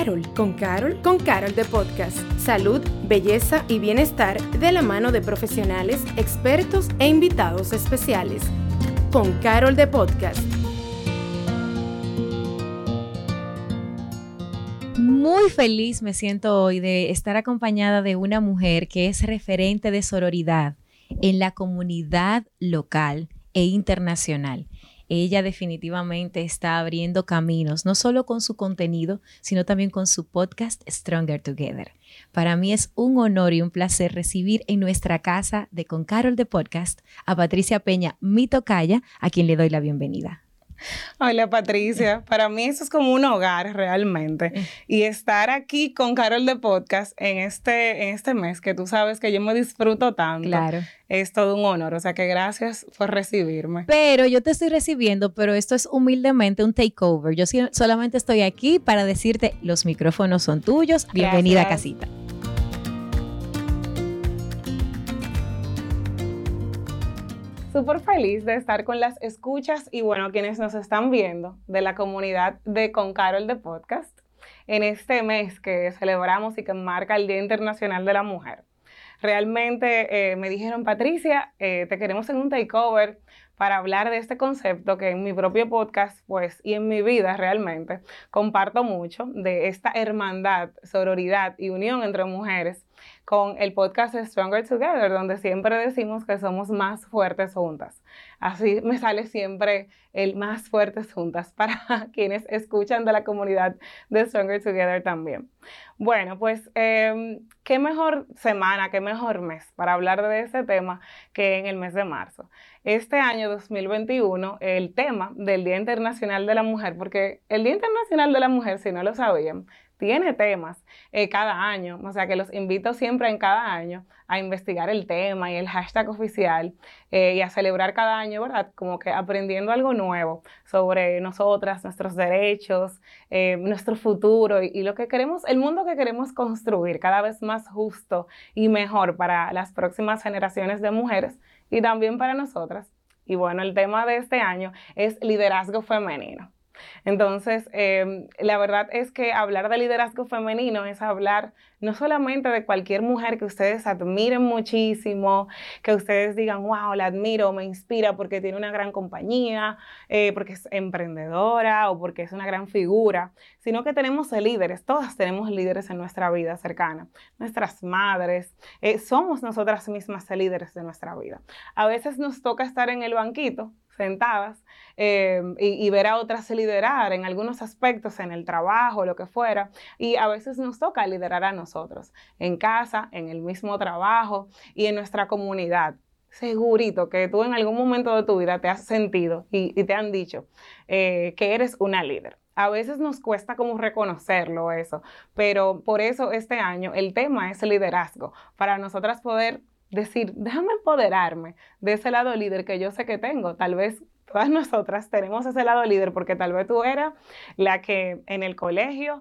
con Carol de Podcast. Salud, belleza y bienestar de la mano de profesionales, expertos e invitados especiales. Con Carol de Podcast. Muy feliz me siento hoy de estar acompañada de una mujer que es referente de sororidad en la comunidad local e internacional. Ella definitivamente está abriendo caminos, no solo con su contenido, sino también con su podcast Stronger Together. Para mí es un honor y un placer recibir en nuestra casa de Con Carol de Podcast a Patricia Peña, mi tocaya, a quien le doy la bienvenida. Hola Patricia, para mí eso es como un hogar realmente y estar aquí con Carol de Podcast en este mes que tú sabes que yo me disfruto tanto, claro, es todo un honor, o sea que gracias por recibirme. Pero yo te estoy recibiendo, pero esto es humildemente un takeover, yo solamente estoy aquí para decirte los micrófonos son tuyos, bienvenida a casita. Súper feliz de estar con las escuchas y bueno, quienes nos están viendo de la comunidad de Con Carol de Podcast en este mes que celebramos y que marca el Día Internacional de la Mujer. Realmente me dijeron, Patricia, te queremos en un takeover para hablar de este concepto que en mi propio podcast, pues, y en mi vida realmente comparto mucho de esta hermandad, sororidad y unión entre mujeres con el podcast Stronger Together, donde siempre decimos que somos más fuertes juntas. Así me sale siempre el más fuertes juntas para quienes escuchan de la comunidad de Stronger Together también. Bueno, pues, qué mejor semana, qué mejor mes para hablar de ese tema que en el mes de marzo. Este año 2021, el tema del Día Internacional de la Mujer, porque el Día Internacional de la Mujer, si no lo sabían, tiene temas cada año, o sea que los invito siempre en cada año a investigar el tema y el hashtag oficial y a celebrar cada año, ¿verdad? Como que aprendiendo algo nuevo sobre nosotras, nuestros derechos, nuestro futuro y lo que queremos, el mundo que queremos construir cada vez más justo y mejor para las próximas generaciones de mujeres y también para nosotras. Y bueno, el tema de este año es liderazgo femenino. Entonces, la verdad es que hablar de liderazgo femenino es hablar no solamente de cualquier mujer que ustedes admiren muchísimo, que ustedes digan, wow, la admiro, me inspira porque tiene una gran compañía, porque es emprendedora o porque es una gran figura, sino que tenemos líderes, todas tenemos líderes en nuestra vida cercana, nuestras madres, somos nosotras mismas líderes de nuestra vida. A veces nos toca estar en el banquito, sentadas, y ver a otras liderar en algunos aspectos, en el trabajo, lo que fuera, y a veces nos toca liderar a nosotros, en casa, en el mismo trabajo y en nuestra comunidad. Segurito que tú en algún momento de tu vida te has sentido y te han dicho que eres una líder. A veces nos cuesta como reconocerlo eso, pero por eso este año el tema es el liderazgo, para nosotras poder decir, déjame empoderarme de ese lado líder que yo sé que tengo. Tal vez todas nosotras tenemos ese lado líder porque tal vez tú eras la que en el colegio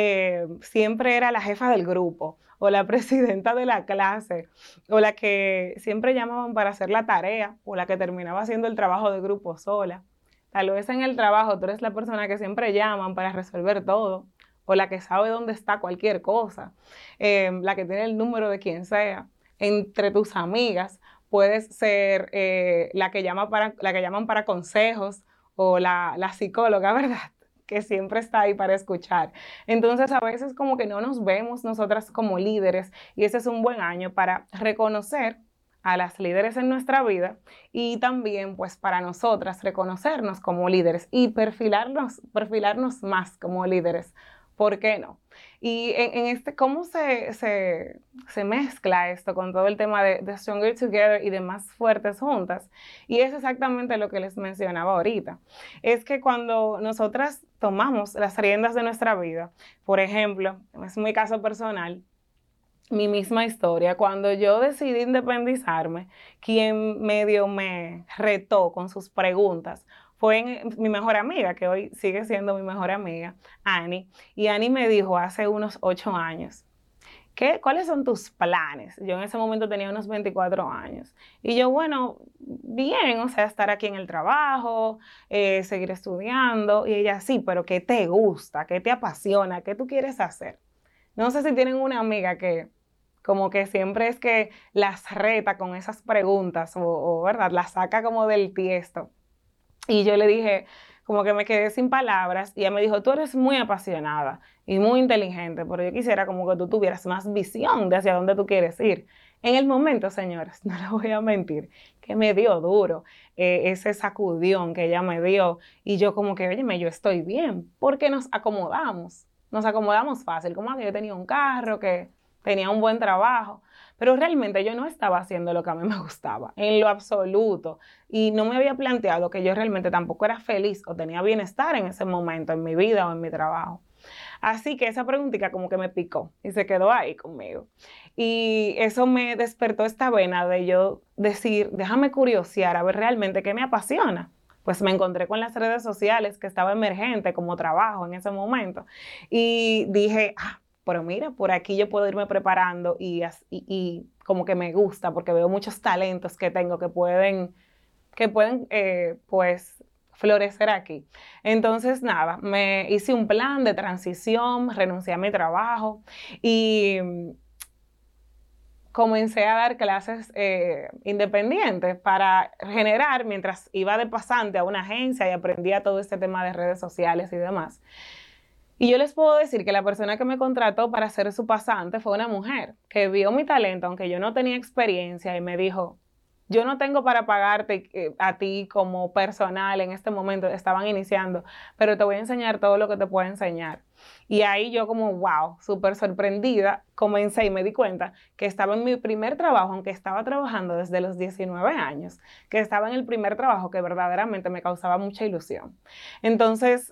siempre era la jefa del grupo o la presidenta de la clase o la que siempre llamaban para hacer la tarea o la que terminaba haciendo el trabajo de grupo sola. Tal vez en el trabajo tú eres la persona que siempre llaman para resolver todo o la que sabe dónde está cualquier cosa, la que tiene el número de quien sea. Entre tus amigas puedes ser la que llaman para consejos o la psicóloga, ¿verdad? Que siempre está ahí para escuchar. Entonces, a veces como que no nos vemos nosotras como líderes y ese es un buen año para reconocer a las líderes en nuestra vida y también pues para nosotras reconocernos como líderes y perfilarnos más como líderes. ¿Por qué no? Y ¿cómo se mezcla esto con todo el tema de Stronger Together y de más fuertes juntas? Y es exactamente lo que les mencionaba ahorita. Es que cuando nosotras tomamos las riendas de nuestra vida, por ejemplo, es mi caso personal, mi misma historia, cuando yo decidí independizarme, quien medio me retó con sus preguntas fue mi mejor amiga, que hoy sigue siendo mi mejor amiga, Annie. Y Annie me dijo hace unos 8 años ¿cuáles son tus planes? Yo en ese momento tenía unos 24 años. Y yo, bueno, bien, o sea, estar aquí en el trabajo, seguir estudiando. Y ella, sí, pero ¿qué te gusta? ¿Qué te apasiona? ¿Qué tú quieres hacer? No sé si tienen una amiga que como que siempre es que las reta con esas preguntas o ¿verdad? Las saca como del tiesto. Y yo le dije, como que me quedé sin palabras y ella me dijo, tú eres muy apasionada y muy inteligente, pero yo quisiera como que tú tuvieras más visión de hacia dónde tú quieres ir. En el momento, señores, no le voy a mentir, que me dio duro ese sacudión que ella me dio y yo como que, óyeme, yo estoy bien, porque nos acomodamos fácil, como que yo tenía un carro, que tenía un buen trabajo, pero realmente yo no estaba haciendo lo que a mí me gustaba, en lo absoluto. Y no me había planteado que yo realmente tampoco era feliz o tenía bienestar en ese momento, en mi vida o en mi trabajo. Así que esa preguntita como que me picó y se quedó ahí conmigo. Y eso me despertó esta vena de yo decir, déjame curiosear a ver realmente qué me apasiona. Pues me encontré con las redes sociales que estaba emergente como trabajo en ese momento. Y dije, pero mira, por aquí yo puedo irme preparando y como que me gusta porque veo muchos talentos que tengo que pueden pues florecer aquí. Entonces, nada, me hice un plan de transición, renuncié a mi trabajo y comencé a dar clases independientes para generar, mientras iba de pasante a una agencia y aprendía todo este tema de redes sociales y demás. Y yo les puedo decir que la persona que me contrató para ser su pasante fue una mujer que vio mi talento, aunque yo no tenía experiencia, y me dijo, yo no tengo para pagarte a ti como personal en este momento, estaban iniciando, pero te voy a enseñar todo lo que te puedo enseñar. Y ahí yo como, wow, súper sorprendida, comencé y me di cuenta que estaba en mi primer trabajo, aunque estaba trabajando desde los 19 años, que estaba en el primer trabajo que verdaderamente me causaba mucha ilusión. Entonces,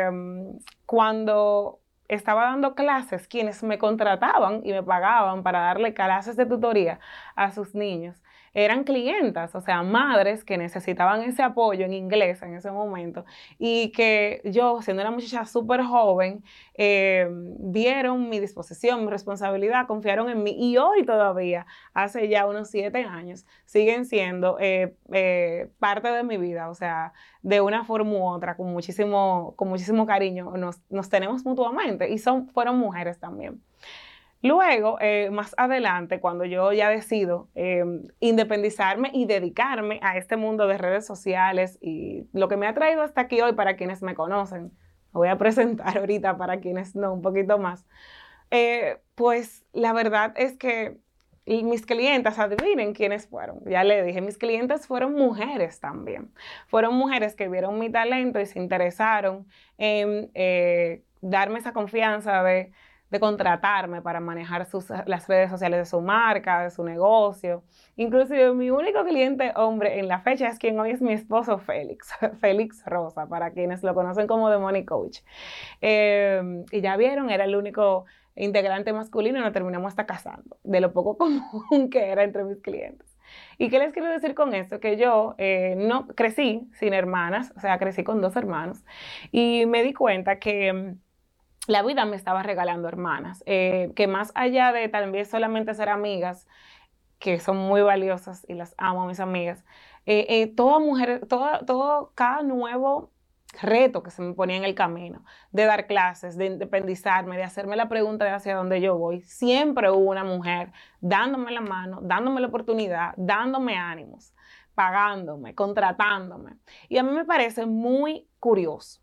cuando estaba dando clases, quienes me contrataban y me pagaban para darle clases de tutoría a sus niños, eran clientas, o sea, madres que necesitaban ese apoyo en inglés en ese momento y que yo, siendo una muchacha súper joven, vieron mi disposición, mi responsabilidad, confiaron en mí y hoy todavía, hace ya unos 7 años, siguen siendo parte de mi vida, o sea, de una forma u otra, con muchísimo cariño, nos tenemos mutuamente y fueron mujeres también. Luego, más adelante, cuando yo ya decido independizarme y dedicarme a este mundo de redes sociales y lo que me ha traído hasta aquí hoy para quienes me conocen, lo voy a presentar ahorita para quienes no, un poquito más, pues la verdad es que mis clientas, adivinen quiénes fueron. Ya le dije, mis clientes fueron mujeres también. Fueron mujeres que vieron mi talento y se interesaron en darme esa confianza de contratarme para manejar las redes sociales de su marca, de su negocio. Inclusive mi único cliente hombre en la fecha es quien hoy es mi esposo Félix, Félix Rosa, para quienes lo conocen como The Money Coach. Y ya vieron, era el único integrante masculino y nos terminamos hasta casando, de lo poco común que era entre mis clientes. ¿Y qué les quiero decir con esto? Que yo no crecí sin hermanas, o sea, crecí con 2 hermanos y me di cuenta que la vida me estaba regalando hermanas, que más allá de tal vez solamente ser amigas, que son muy valiosas y las amo a mis amigas, toda mujer, cada nuevo reto que se me ponía en el camino, de dar clases, de independizarme, de hacerme la pregunta de hacia dónde yo voy, siempre hubo una mujer dándome la mano, dándome la oportunidad, dándome ánimos, pagándome, contratándome. Y a mí me parece muy curioso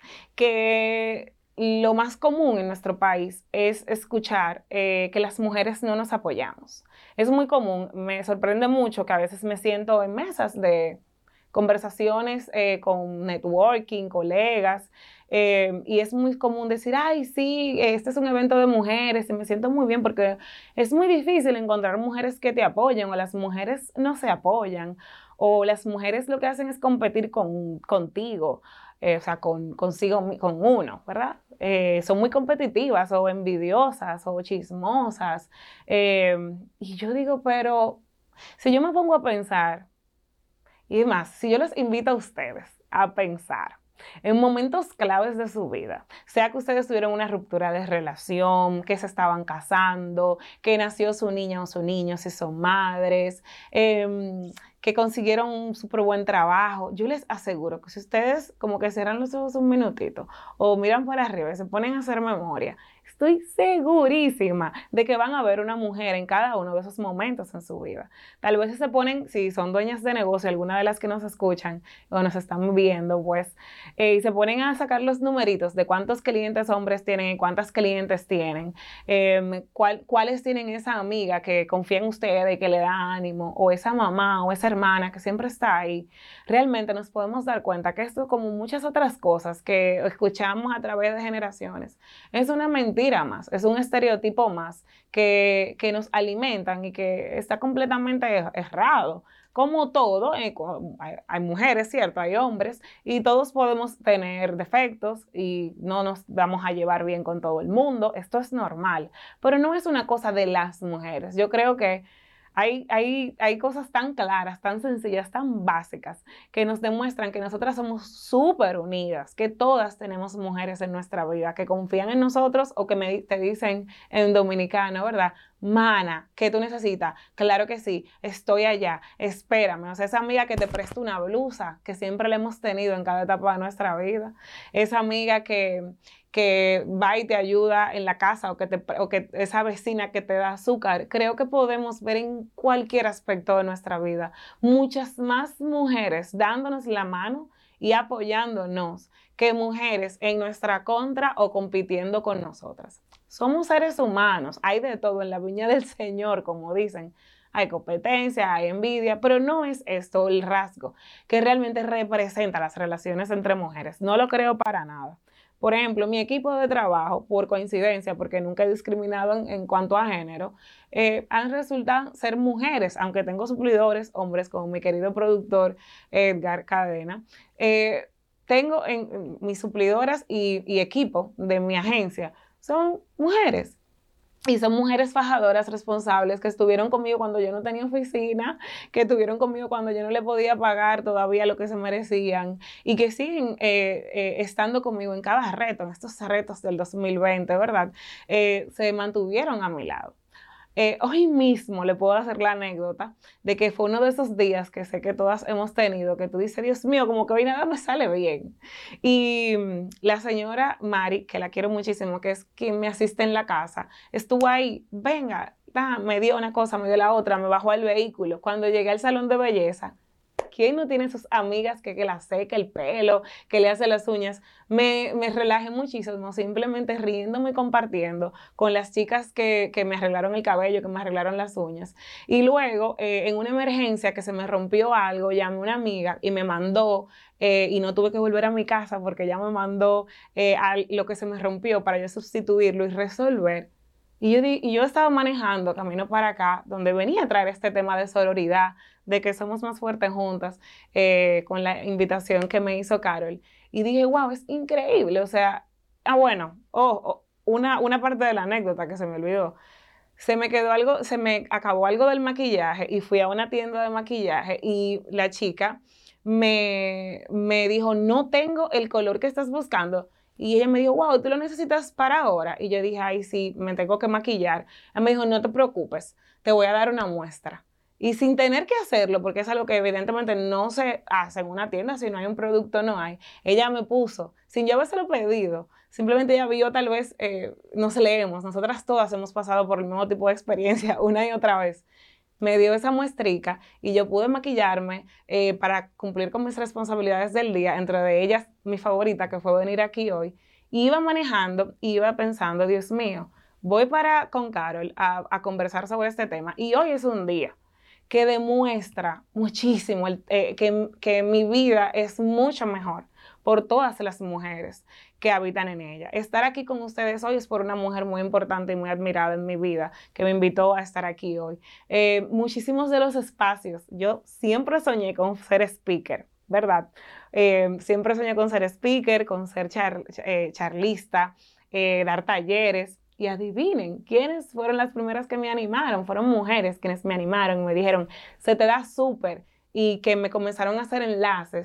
que lo más común en nuestro país es escuchar que las mujeres no nos apoyamos. Es muy común, me sorprende mucho que a veces me siento en mesas de conversaciones con networking, colegas, y es muy común decir, ay, sí, este es un evento de mujeres y me siento muy bien porque es muy difícil encontrar mujeres que te apoyen o las mujeres no se apoyan o las mujeres lo que hacen es competir contigo. O sea, con uno, ¿verdad? Son muy competitivas o envidiosas o chismosas. Y yo digo, pero si yo me pongo a pensar, y más, si yo les invito a ustedes a pensar, en momentos claves de su vida, sea que ustedes tuvieron una ruptura de relación, que se estaban casando, que nació su niña o su niño, si son madres, que consiguieron un súper buen trabajo. Yo les aseguro que si ustedes como que cierran los ojos un minutito o miran para arriba y se ponen a hacer memoria, estoy segurísima de que van a ver una mujer en cada uno de esos momentos en su vida. Tal vez se ponen, si son dueñas de negocio, alguna de las que nos escuchan o nos están viendo, pues, y se ponen a sacar los numeritos de cuántos clientes hombres tienen y cuántas clientes tienen, cuáles tienen esa amiga que confía en ustedes y que le da ánimo, o esa mamá o esa hermana que siempre está ahí. Realmente nos podemos dar cuenta que esto, como muchas otras cosas que escuchamos a través de generaciones, es una mentira más, es un estereotipo más que nos alimentan y que está completamente errado. Como todo, hay mujeres, ¿cierto? Hay hombres y todos podemos tener defectos y no nos vamos a llevar bien con todo el mundo. Esto es normal, pero no es una cosa de las mujeres. Yo creo que hay cosas tan claras, tan sencillas, tan básicas, que nos demuestran que nosotras somos súper unidas, que todas tenemos mujeres en nuestra vida, que confían en nosotros o que te dicen en dominicano, ¿verdad? Mana, ¿qué tú necesitas? Claro que sí, estoy allá, espérame. O sea, esa amiga que te presta una blusa, que siempre la hemos tenido en cada etapa de nuestra vida. Esa amiga que va y te ayuda en la casa o que esa vecina que te da azúcar. Creo que podemos ver en cualquier aspecto de nuestra vida muchas más mujeres dándonos la mano y apoyándonos que mujeres en nuestra contra o compitiendo con nosotras. Somos seres humanos, hay de todo en la viña del Señor, como dicen. Hay competencia, hay envidia, pero no es esto el rasgo que realmente representa las relaciones entre mujeres. No lo creo para nada. Por ejemplo, mi equipo de trabajo, por coincidencia, porque nunca he discriminado en cuanto a género, han resultado ser mujeres, aunque tengo suplidores, hombres, como mi querido productor Edgar Cadena. Tengo en mis suplidoras y equipo de mi agencia, son mujeres. Y son mujeres fajadoras responsables que estuvieron conmigo cuando yo no tenía oficina, que estuvieron conmigo cuando yo no le podía pagar todavía lo que se merecían y que siguen estando conmigo en cada reto, en estos retos del 2020, ¿verdad? Se mantuvieron a mi lado. Hoy mismo le puedo hacer la anécdota de que fue uno de esos días que sé que todas hemos tenido, que tú dices, Dios mío, como que hoy nada me sale bien. Y la señora Mari, que la quiero muchísimo, que es quien me asiste en la casa, estuvo ahí, venga, me dio una cosa, me dio la otra, me bajó al vehículo. Cuando llegué al salón de belleza, ¿quién no tiene sus amigas que la seca el pelo, que le hace las uñas? Me relajé muchísimo, simplemente riéndome y compartiendo con las chicas que me arreglaron el cabello, que me arreglaron las uñas. Y luego, en una emergencia que se me rompió algo, llamé a una amiga y me mandó, y no tuve que volver a mi casa porque ella me mandó lo que se me rompió para yo sustituirlo y resolver. Y yo estaba manejando camino para acá, donde venía a traer este tema de sororidad, de que somos más fuertes juntas, con la invitación que me hizo Carol. Y dije, wow, es increíble. O sea, una parte de la anécdota que se me olvidó. Se me acabó algo del maquillaje y fui a una tienda de maquillaje y la chica me dijo, no tengo el color que estás buscando. Y ella me dijo, wow, ¿tú lo necesitas para ahora? Y yo dije, ay, sí, me tengo que maquillar. Ella me dijo, no te preocupes, te voy a dar una muestra. Y sin tener que hacerlo, porque es algo que evidentemente no se hace en una tienda, si no hay un producto, no hay. Ella me puso, sin yo habérselo pedido, simplemente ella vio tal vez, nos leemos, nosotras todas hemos pasado por el mismo tipo de experiencia una y otra vez. Me dio esa muestrica y yo pude maquillarme para cumplir con mis responsabilidades del día, entre ellas mi favorita, que fue venir aquí hoy. Y iba manejando, iba pensando, Dios mío, voy con Carol a conversar sobre este tema. Y hoy es un día que demuestra muchísimo que mi vida es mucho mejor por todas las mujeres que habitan en ella. Estar aquí con ustedes hoy es por una mujer muy importante y muy admirada en mi vida, que me invitó a estar aquí hoy. Muchísimos de los espacios, yo siempre soñé con ser speaker, ¿verdad? Siempre soñé con ser speaker, con ser charlista, dar talleres. Y adivinen, ¿quiénes fueron las primeras que me animaron? Fueron mujeres quienes me animaron y me dijeron, se te da súper. Y que me comenzaron a hacer enlaces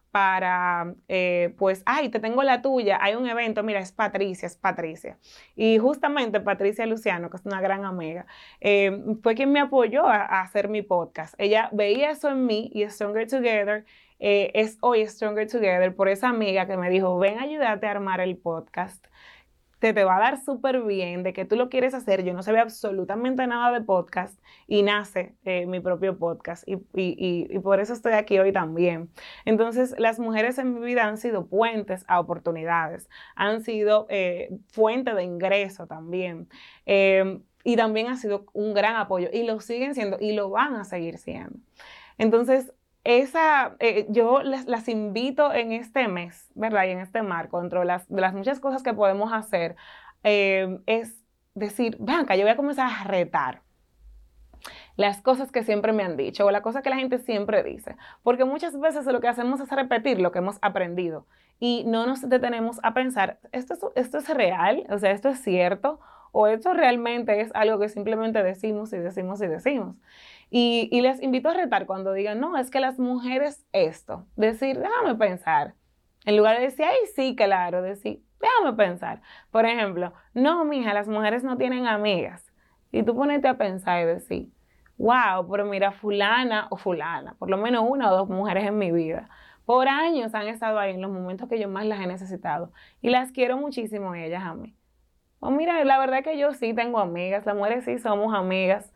para, pues, ay, te tengo la tuya, hay un evento, mira, es Patricia. Y justamente Patricia Luciano, que es una gran amiga, fue quien me apoyó a hacer mi podcast. Ella veía eso en mí y Stronger Together es hoy Stronger Together por esa amiga que me dijo, ven, ayúdate a armar el podcast. Te va a dar súper bien, de que tú lo quieres hacer. Yo no sabía absolutamente nada de podcast y nace mi propio podcast y por eso estoy aquí hoy también. Entonces, las mujeres en mi vida han sido puentes a oportunidades, han sido fuente de ingreso también y también ha sido un gran apoyo y lo siguen siendo y lo van a seguir siendo. Entonces, yo las invito en este mes, ¿verdad? Y en este marco, dentro de las muchas cosas que podemos hacer, es decir, vean acá, yo voy a comenzar a retar las cosas que siempre me han dicho o las cosas que la gente siempre dice. Porque muchas veces lo que hacemos es repetir lo que hemos aprendido y no nos detenemos a pensar, ¿esto es real? O sea, ¿esto es cierto? ¿O esto realmente es algo que simplemente decimos y decimos y decimos? Y les invito a retar cuando digan, no, es que las mujeres esto. Decir, déjame pensar. En lugar de decir, ay, sí, claro, decir, déjame pensar. Por ejemplo, no, mija, las mujeres no tienen amigas. Y tú ponete a pensar y decir, wow, pero mira, fulana o fulana, por lo menos una o dos mujeres en mi vida, por años han estado ahí en los momentos que yo más las he necesitado. Y las quiero muchísimo ellas a mí. Pues mira, la verdad es que yo sí tengo amigas, las mujeres sí somos amigas.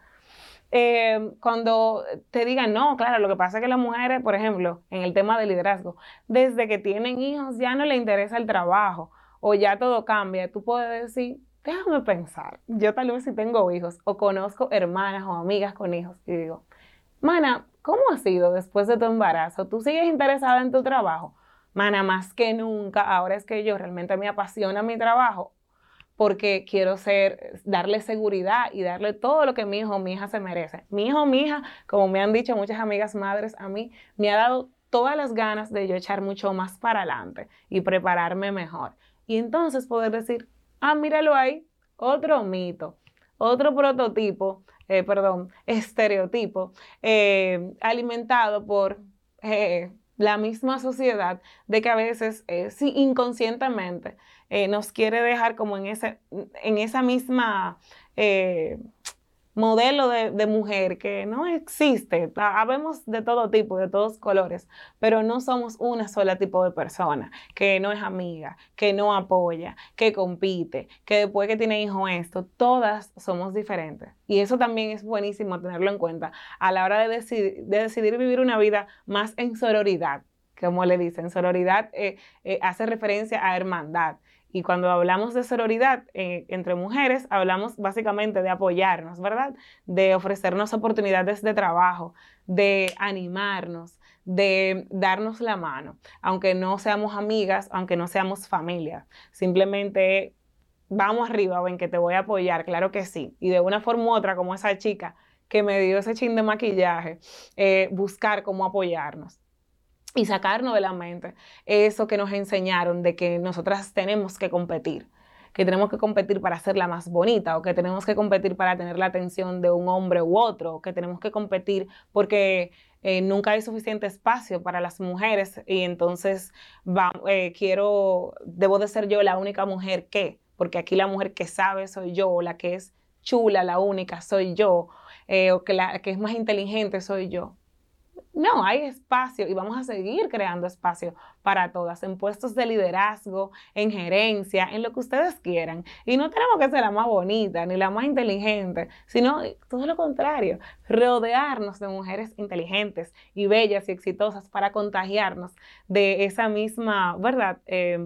Cuando te digan, no, claro, lo que pasa es que las mujeres, por ejemplo, en el tema de liderazgo, desde que tienen hijos ya no les interesa el trabajo o ya todo cambia. Tú puedes decir, déjame pensar, yo tal vez si tengo hijos o conozco hermanas o amigas con hijos y digo, mana, ¿cómo ha sido después de tu embarazo? ¿Tú sigues interesada en tu trabajo? Mana, más que nunca, ahora es que yo realmente me apasiona mi trabajo porque quiero darle seguridad y darle todo lo que mi hijo o mi hija se merece. Mi hijo o mi hija, como me han dicho muchas amigas madres a mí, me ha dado todas las ganas de yo echar mucho más para adelante y prepararme mejor. Y entonces poder decir, ah, míralo ahí, otro mito, otro estereotipo alimentado por la misma sociedad de que a veces, sí, inconscientemente, nos quiere dejar como en esa misma modelo de mujer que no existe. Habemos de todo tipo, de todos colores, pero no somos una sola tipo de persona, que no es amiga, que no apoya, que compite, que después que tiene hijo esto, todas somos diferentes. Y eso también es buenísimo tenerlo en cuenta a la hora de decidir vivir una vida más en sororidad, como le dicen. Sororidad hace referencia a hermandad. Y cuando hablamos de sororidad entre mujeres, hablamos básicamente de apoyarnos, ¿verdad? De ofrecernos oportunidades de trabajo, de animarnos, de darnos la mano, aunque no seamos amigas, aunque no seamos familia. Simplemente vamos arriba, ven que te voy a apoyar, claro que sí. Y de una forma u otra, como esa chica que me dio ese chin de maquillaje, buscar cómo apoyarnos. Y sacarnos de la mente eso que nos enseñaron de que nosotras tenemos que competir para ser la más bonita, o que tenemos que competir para tener la atención de un hombre u otro, o que tenemos que competir porque nunca hay suficiente espacio para las mujeres y entonces debo de ser yo la única mujer porque aquí la mujer que sabe soy yo, o la que es chula, la única soy yo, o que la que es más inteligente soy yo. No, hay espacio y vamos a seguir creando espacio para todas, en puestos de liderazgo, en gerencia, en lo que ustedes quieran. Y no tenemos que ser la más bonita ni la más inteligente, sino todo lo contrario, rodearnos de mujeres inteligentes y bellas y exitosas para contagiarnos de esa misma, ¿verdad?,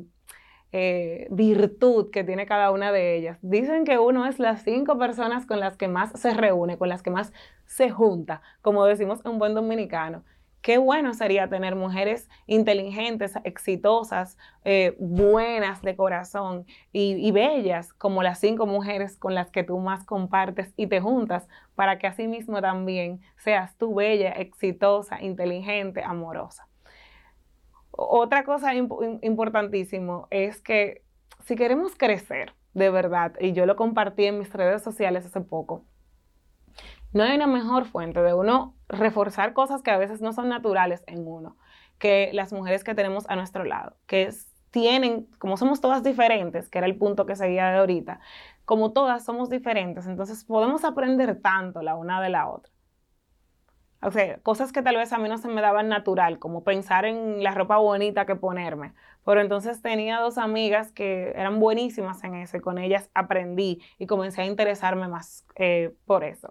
virtud que tiene cada una de ellas. Dicen que uno es las 5 personas con las que más se reúne, con las que más se junta, como decimos en buen dominicano. Qué bueno sería tener mujeres inteligentes, exitosas, buenas de corazón y bellas como las 5 mujeres con las que tú más compartes y te juntas, para que así mismo también seas tú bella, exitosa, inteligente, amorosa. Otra cosa importantísimo es que si queremos crecer de verdad, y yo lo compartí en mis redes sociales hace poco, no hay una mejor fuente de uno reforzar cosas que a veces no son naturales en uno, que las mujeres que tenemos a nuestro lado, que tienen, como somos todas diferentes, que era el punto que seguía de ahorita, como todas somos diferentes, entonces podemos aprender tanto la una de la otra. O sea, cosas que tal vez a mí no se me daban natural, como pensar en la ropa bonita que ponerme. Pero entonces tenía 2 amigas que eran buenísimas en eso y con ellas aprendí y comencé a interesarme más por eso.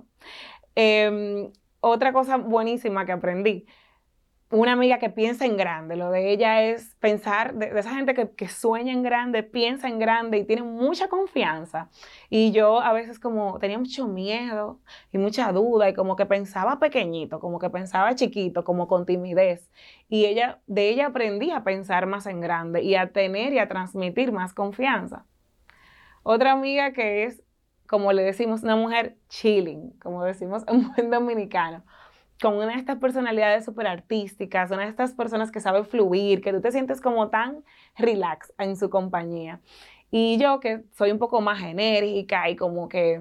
Otra cosa buenísima que aprendí, una amiga que piensa en grande, lo de ella es pensar, de esa gente que sueña en grande, piensa en grande y tiene mucha confianza. Y yo a veces como tenía mucho miedo y mucha duda y como que pensaba pequeñito, como que pensaba chiquito, como con timidez. Y de ella aprendí a pensar más en grande y a tener y a transmitir más confianza. Otra amiga que es, como le decimos, una mujer chilling, como decimos en buen dominicano, con una de estas personalidades súper artísticas, una de estas personas que sabe fluir, que tú te sientes como tan relax en su compañía. Y yo que soy un poco más enérgica y como que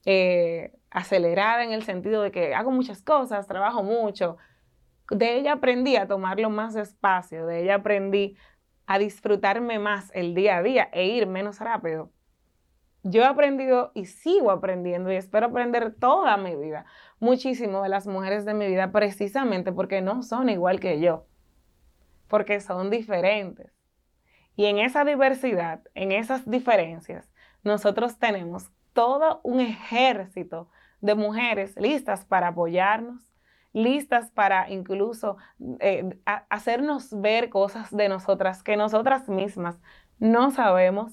acelerada en el sentido de que hago muchas cosas, trabajo mucho, de ella aprendí a tomarlo más despacio, de ella aprendí a disfrutarme más el día a día e ir menos rápido. Yo he aprendido y sigo aprendiendo y espero aprender toda mi vida muchísimo de las mujeres de mi vida precisamente porque no son igual que yo, porque son diferentes. Y en esa diversidad, en esas diferencias, nosotros tenemos todo un ejército de mujeres listas para apoyarnos, listas para incluso hacernos ver cosas de nosotras que nosotras mismas no sabemos,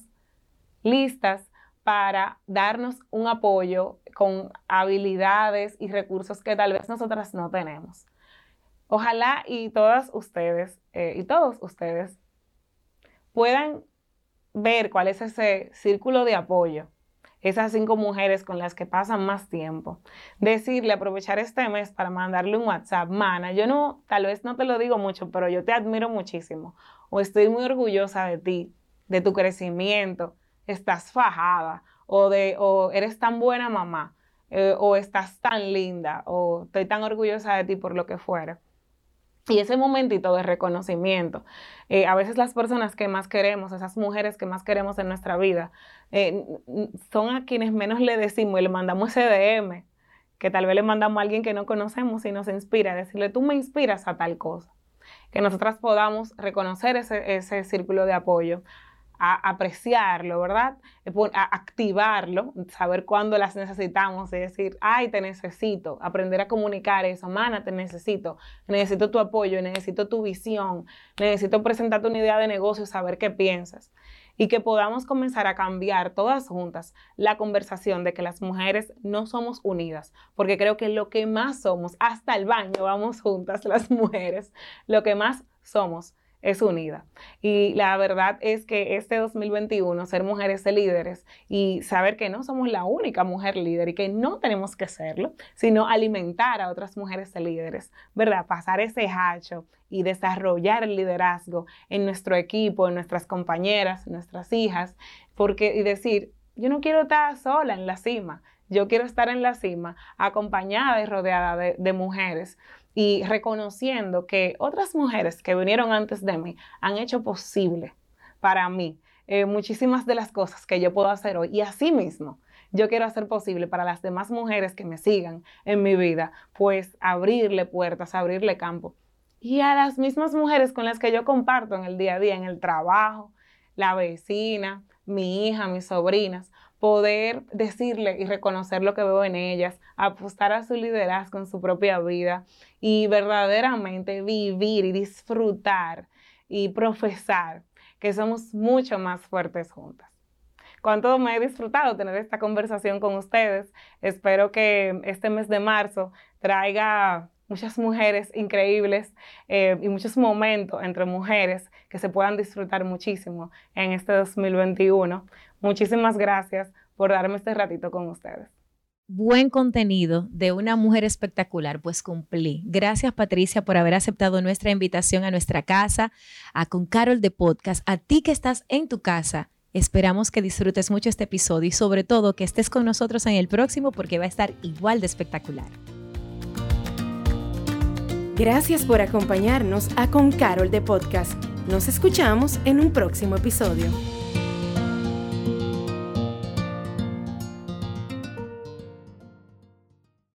listas para darnos un apoyo con habilidades y recursos que tal vez nosotras no tenemos. Ojalá y todas ustedes y todos ustedes puedan ver cuál es ese círculo de apoyo, esas 5 mujeres con las que pasan más tiempo. Decirle, aprovechar este mes para mandarle un WhatsApp, mana, tal vez no te lo digo mucho, pero yo te admiro muchísimo, o estoy muy orgullosa de ti, de tu crecimiento, estás fajada, o eres tan buena mamá, o estás tan linda, o estoy tan orgullosa de ti por lo que fuera. Y ese momentito de reconocimiento, a veces las personas que más queremos, esas mujeres que más queremos en nuestra vida, son a quienes menos le decimos y le mandamos ese DM, que tal vez le mandamos a alguien que no conocemos y nos inspira, decirle, tú me inspiras a tal cosa. Que nosotras podamos reconocer ese círculo de apoyo, a apreciarlo, ¿verdad? A activarlo, saber cuándo las necesitamos y decir, ay, te necesito, aprender a comunicar eso, mana, te necesito tu apoyo, necesito tu visión, necesito presentarte una idea de negocio, saber qué piensas. Y que podamos comenzar a cambiar todas juntas la conversación de que las mujeres no somos unidas, porque creo que lo que más somos, hasta el baño vamos juntas las mujeres, lo que más somos es unida. Y la verdad es que este 2021, ser mujeres líderes y saber que no somos la única mujer líder y que no tenemos que serlo, sino alimentar a otras mujeres líderes, ¿verdad? Pasar ese hacho y desarrollar el liderazgo en nuestro equipo, en nuestras compañeras, en nuestras hijas, y decir, yo no quiero estar sola en la cima, yo quiero estar en la cima acompañada y rodeada de mujeres, y reconociendo que otras mujeres que vinieron antes de mí han hecho posible para mí muchísimas de las cosas que yo puedo hacer hoy. Y así mismo, yo quiero hacer posible para las demás mujeres que me sigan en mi vida, pues abrirle puertas, abrirle campo. Y a las mismas mujeres con las que yo comparto en el día a día, en el trabajo, la vecina, mi hija, mis sobrinas, poder decirle y reconocer lo que veo en ellas, apostar a su liderazgo en su propia vida y verdaderamente vivir y disfrutar y profesar que somos mucho más fuertes juntas. Cuánto me he disfrutado tener esta conversación con ustedes. Espero que este mes de marzo traiga muchas mujeres increíbles y muchos momentos entre mujeres que se puedan disfrutar muchísimo en este 2021. Muchísimas gracias por darme este ratito con ustedes. Buen contenido de una mujer espectacular, pues cumplí. Gracias, Patricia, por haber aceptado nuestra invitación a nuestra casa, a Con Carol de Podcast. A ti que estás en tu casa, esperamos que disfrutes mucho este episodio y sobre todo que estés con nosotros en el próximo porque va a estar igual de espectacular. Gracias por acompañarnos a Con Carol de Podcast. Nos escuchamos en un próximo episodio.